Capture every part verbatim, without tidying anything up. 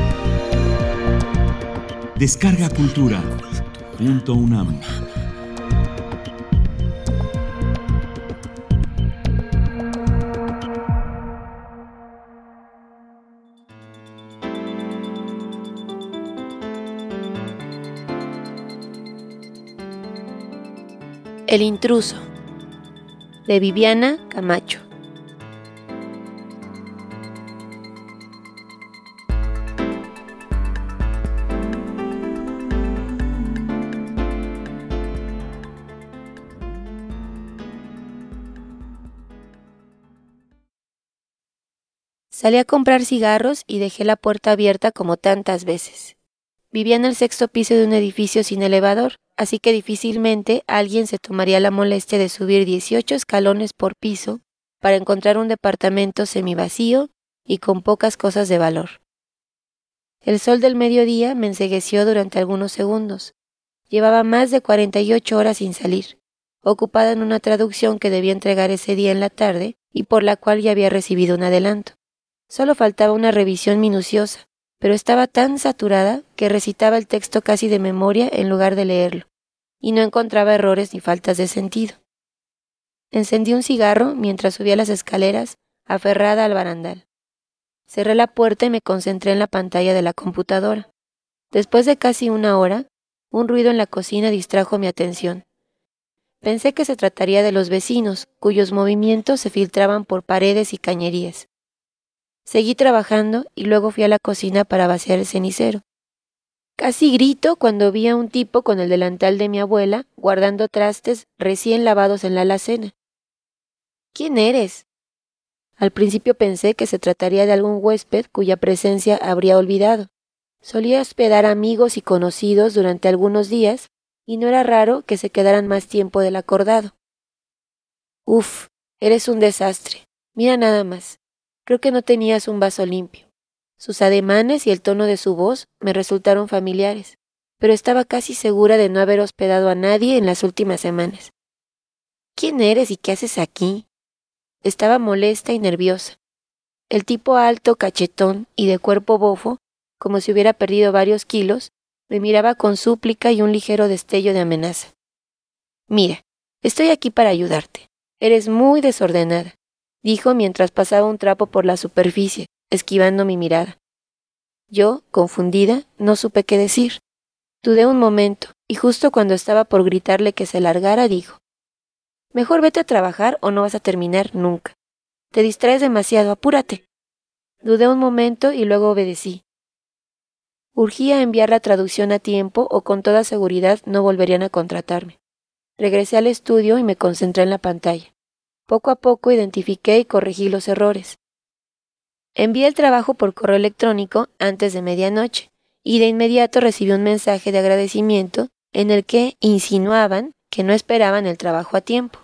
Descarga Cultura. Punto UNAM. El intruso, de Viviana Camacho. Salí a comprar cigarros y dejé la puerta abierta como tantas veces. Vivía en el sexto piso de un edificio sin elevador, así que difícilmente alguien se tomaría la molestia de subir dieciocho escalones por piso para encontrar un departamento semivacío y con pocas cosas de valor. El sol del mediodía me encegueció durante algunos segundos. Llevaba más de cuarenta y ocho horas sin salir, ocupada en una traducción que debía entregar ese día en la tarde y por la cual ya había recibido un adelanto. Solo faltaba una revisión minuciosa, pero estaba tan saturada que recitaba el texto casi de memoria en lugar de leerlo, y no encontraba errores ni faltas de sentido. Encendí un cigarro mientras subía las escaleras, aferrada al barandal. Cerré la puerta y me concentré en la pantalla de la computadora. Después de casi una hora, un ruido en la cocina distrajo mi atención. Pensé que se trataría de los vecinos, cuyos movimientos se filtraban por paredes y cañerías. Seguí trabajando y luego fui a la cocina para vaciar el cenicero. Casi grito cuando vi a un tipo con el delantal de mi abuela guardando trastes recién lavados en la alacena. ¿Quién eres? Al principio pensé que se trataría de algún huésped cuya presencia habría olvidado. Solía hospedar amigos y conocidos durante algunos días y no era raro que se quedaran más tiempo del acordado. Uf, eres un desastre. Mira nada más. Creo que no tenías un vaso limpio. Sus ademanes y el tono de su voz me resultaron familiares, pero estaba casi segura de no haber hospedado a nadie en las últimas semanas. ¿Quién eres y qué haces aquí? Estaba molesta y nerviosa. El tipo alto, cachetón y de cuerpo bofo, como si hubiera perdido varios kilos, me miraba con súplica y un ligero destello de amenaza. Mira, estoy aquí para ayudarte. Eres muy desordenada, dijo mientras pasaba un trapo por la superficie, esquivando mi mirada. Yo, confundida, no supe qué decir. Dudé un momento, y justo cuando estaba por gritarle que se largara, dijo: «Mejor vete a trabajar o no vas a terminar nunca. Te distraes demasiado, apúrate». Dudé un momento y luego obedecí. Urgía enviar la traducción a tiempo o con toda seguridad no volverían a contratarme. Regresé al estudio y me concentré en la pantalla. Poco a poco identifiqué y corregí los errores. Envié el trabajo por correo electrónico antes de medianoche y de inmediato recibí un mensaje de agradecimiento en el que insinuaban que no esperaban el trabajo a tiempo.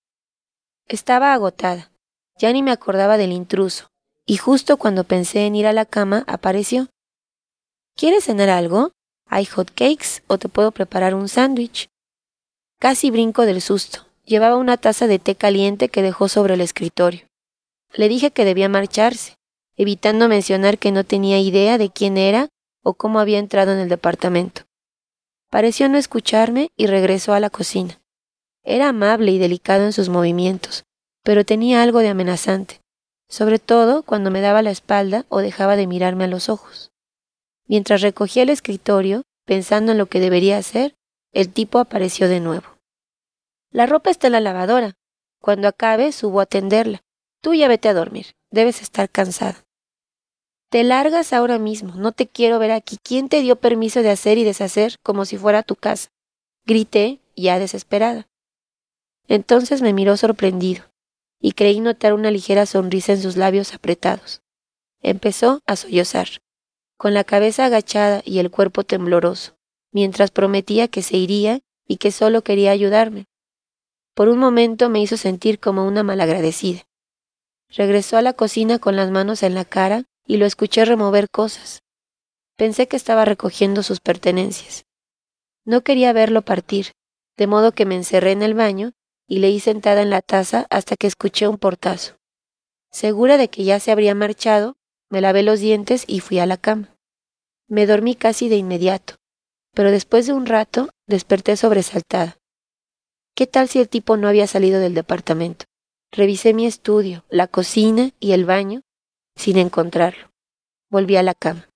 Estaba agotada, ya ni me acordaba del intruso, y justo cuando pensé en ir a la cama apareció. ¿Quieres cenar algo? ¿Hay hot cakes o te puedo preparar un sándwich? Casi brinco del susto. Llevaba una taza de té caliente que dejó sobre el escritorio. Le dije que debía marcharse, evitando mencionar que no tenía idea de quién era o cómo había entrado en el departamento. Pareció no escucharme y regresó a la cocina. Era amable y delicado en sus movimientos, pero tenía algo de amenazante, sobre todo cuando me daba la espalda o dejaba de mirarme a los ojos. Mientras recogía el escritorio, pensando en lo que debería hacer, el tipo apareció de nuevo. La ropa está en la lavadora. Cuando acabe, subo a tenderla. Tú ya vete a dormir. Debes estar cansada. Te largas ahora mismo. No te quiero ver aquí. ¿Quién te dio permiso de hacer y deshacer como si fuera tu casa? Grité, ya desesperada. Entonces me miró sorprendido, y creí notar una ligera sonrisa en sus labios apretados. Empezó a sollozar, con la cabeza agachada y el cuerpo tembloroso, mientras prometía que se iría y que solo quería ayudarme. Por un momento me hizo sentir como una malagradecida. Regresó a la cocina con las manos en la cara y lo escuché remover cosas. Pensé que estaba recogiendo sus pertenencias. No quería verlo partir, de modo que me encerré en el baño y leí sentada en la taza hasta que escuché un portazo. Segura de que ya se habría marchado, me lavé los dientes y fui a la cama. Me dormí casi de inmediato, pero después de un rato desperté sobresaltada. ¿Qué tal si el tipo no había salido del departamento? Revisé mi estudio, la cocina y el baño sin encontrarlo. Volví a la cama.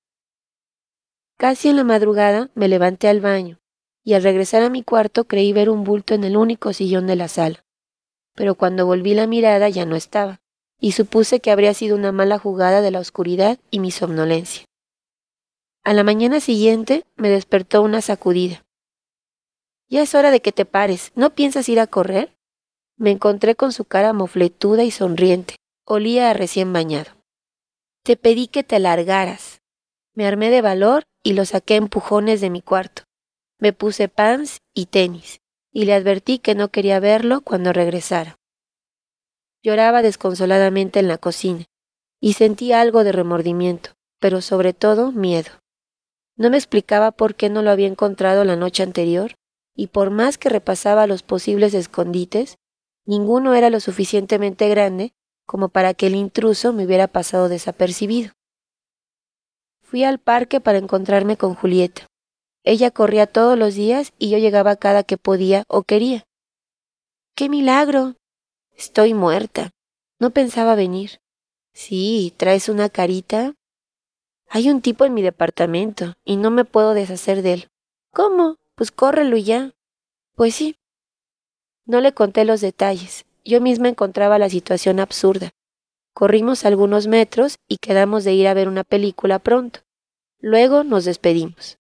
Casi en la madrugada me levanté al baño y al regresar a mi cuarto creí ver un bulto en el único sillón de la sala. Pero cuando volví la mirada ya no estaba, y supuse que habría sido una mala jugada de la oscuridad y mi somnolencia. A la mañana siguiente me despertó una sacudida. «Ya es hora de que te pares, ¿no piensas ir a correr?» Me encontré con su cara mofletuda y sonriente. Olía a recién bañado. «Te pedí que te largaras». Me armé de valor y lo saqué a empujones de mi cuarto. Me puse pants y tenis, y le advertí que no quería verlo cuando regresara. Lloraba desconsoladamente en la cocina, y sentí algo de remordimiento, pero sobre todo miedo. No me explicaba por qué no lo había encontrado la noche anterior, y por más que repasaba los posibles escondites, ninguno era lo suficientemente grande como para que el intruso me hubiera pasado desapercibido. Fui al parque para encontrarme con Julieta. Ella corría todos los días y yo llegaba cada que podía o quería. ¡Qué milagro! Estoy muerta. No pensaba venir. Sí, traes una carita. Hay un tipo en mi departamento y no me puedo deshacer de él. ¿Cómo? Pues córrelo y ya. Pues sí. No le conté los detalles. Yo misma encontraba la situación absurda. Corrimos algunos metros y quedamos de ir a ver una película pronto. Luego nos despedimos.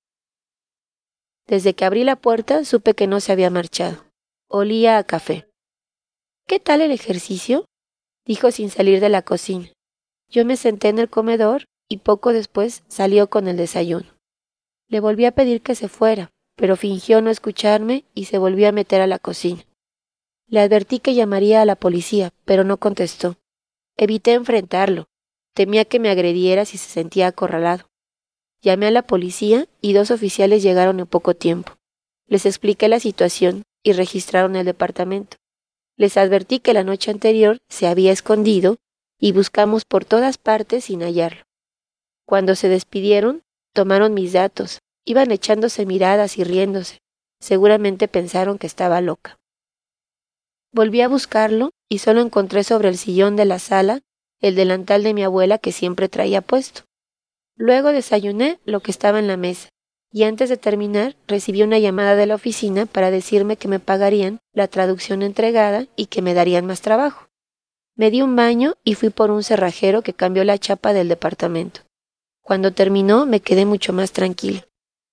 Desde que abrí la puerta supe que no se había marchado. Olía a café. «¿Qué tal el ejercicio?», dijo sin salir de la cocina. Yo me senté en el comedor y poco después salió con el desayuno. Le volví a pedir que se fuera, pero fingió no escucharme y se volvió a meter a la cocina. Le advertí que llamaría a la policía, pero no contestó. Evité enfrentarlo. Temía que me agrediera si se sentía acorralado. Llamé a la policía y dos oficiales llegaron en poco tiempo. Les expliqué la situación y registraron el departamento. Les advertí que la noche anterior se había escondido y buscamos por todas partes sin hallarlo. Cuando se despidieron, tomaron mis datos. Iban echándose miradas y riéndose. Seguramente pensaron que estaba loca. Volví a buscarlo y solo encontré sobre el sillón de la sala el delantal de mi abuela que siempre traía puesto. Luego desayuné lo que estaba en la mesa, y antes de terminar recibí una llamada de la oficina para decirme que me pagarían la traducción entregada y que me darían más trabajo. Me di un baño y fui por un cerrajero que cambió la chapa del departamento. Cuando terminó me quedé mucho más tranquila.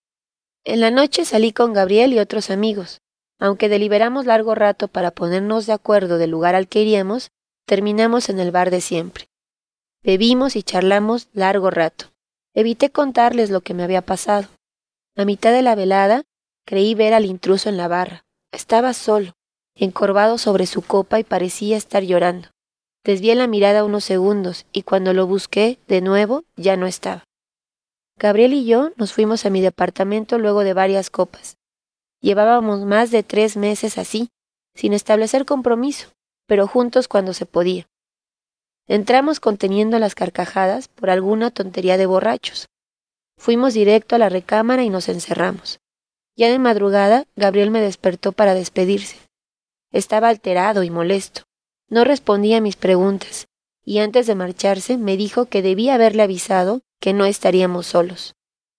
En la noche salí con Gabriel y otros amigos. Aunque deliberamos largo rato para ponernos de acuerdo del lugar al que iríamos, terminamos en el bar de siempre. Bebimos y charlamos largo rato. Evité contarles lo que me había pasado. A mitad de la velada, creí ver al intruso en la barra. Estaba solo, encorvado sobre su copa y parecía estar llorando. Desvié la mirada unos segundos y cuando lo busqué de nuevo ya no estaba. Gabriel y yo nos fuimos a mi departamento luego de varias copas. Llevábamos más de tres meses así, sin establecer compromiso, pero juntos cuando se podía. Entramos conteniendo las carcajadas por alguna tontería de borrachos. Fuimos directo a la recámara y nos encerramos. Ya de madrugada, Gabriel me despertó para despedirse. Estaba alterado y molesto. No respondía a mis preguntas, y antes de marcharse me dijo que debía haberle avisado que no estaríamos solos.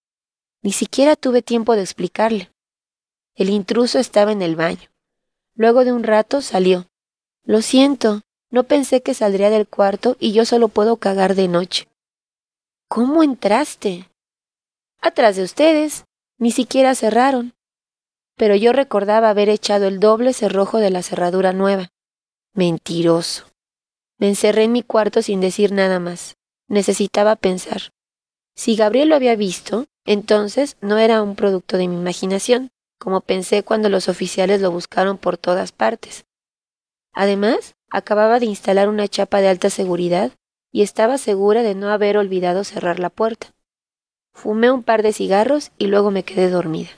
Ni siquiera tuve tiempo de explicarle. El intruso estaba en el baño. Luego de un rato salió. Lo siento, no pensé que saldría del cuarto y yo solo puedo cagar de noche. ¿Cómo entraste? Atrás de ustedes. Ni siquiera cerraron. Pero yo recordaba haber echado el doble cerrojo de la cerradura nueva. Mentiroso. Me encerré en mi cuarto sin decir nada más. Necesitaba pensar. Si Gabriel lo había visto, entonces no era un producto de mi imaginación, como pensé cuando los oficiales lo buscaron por todas partes. Además, acababa de instalar una chapa de alta seguridad y estaba segura de no haber olvidado cerrar la puerta. Fumé un par de cigarros y luego me quedé dormida.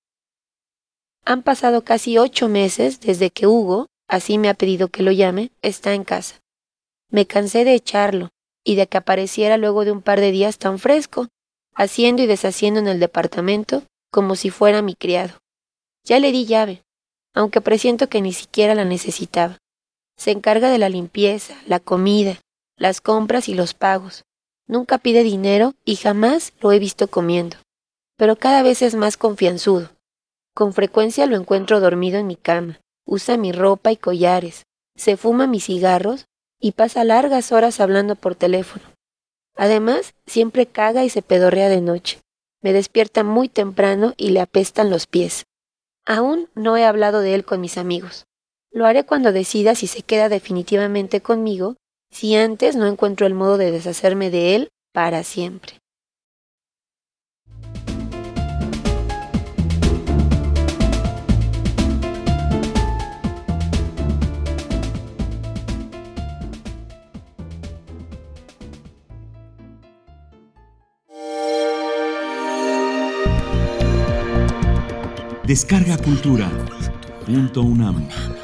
Han pasado casi ocho meses desde que Hugo, así me ha pedido que lo llame, está en casa. Me cansé de echarlo y de que apareciera luego de un par de días tan fresco. haciendo y deshaciendo en el departamento como si fuera mi criado. Ya le di llave, aunque presiento que ni siquiera la necesitaba. Se encarga de la limpieza, la comida, las compras y los pagos. Nunca pide dinero y jamás lo he visto comiendo. Pero cada vez es más confianzudo. Con frecuencia lo encuentro dormido en mi cama, usa mi ropa y collares, se fuma mis cigarros y pasa largas horas hablando por teléfono. Además, siempre caga y se pedorrea de noche. Me despierta muy temprano y le apestan los pies. Aún no he hablado de él con mis amigos. Lo haré cuando decida si se queda definitivamente conmigo, si antes no encuentro el modo de deshacerme de él para siempre. Descarga Cultura. Punto UNAM.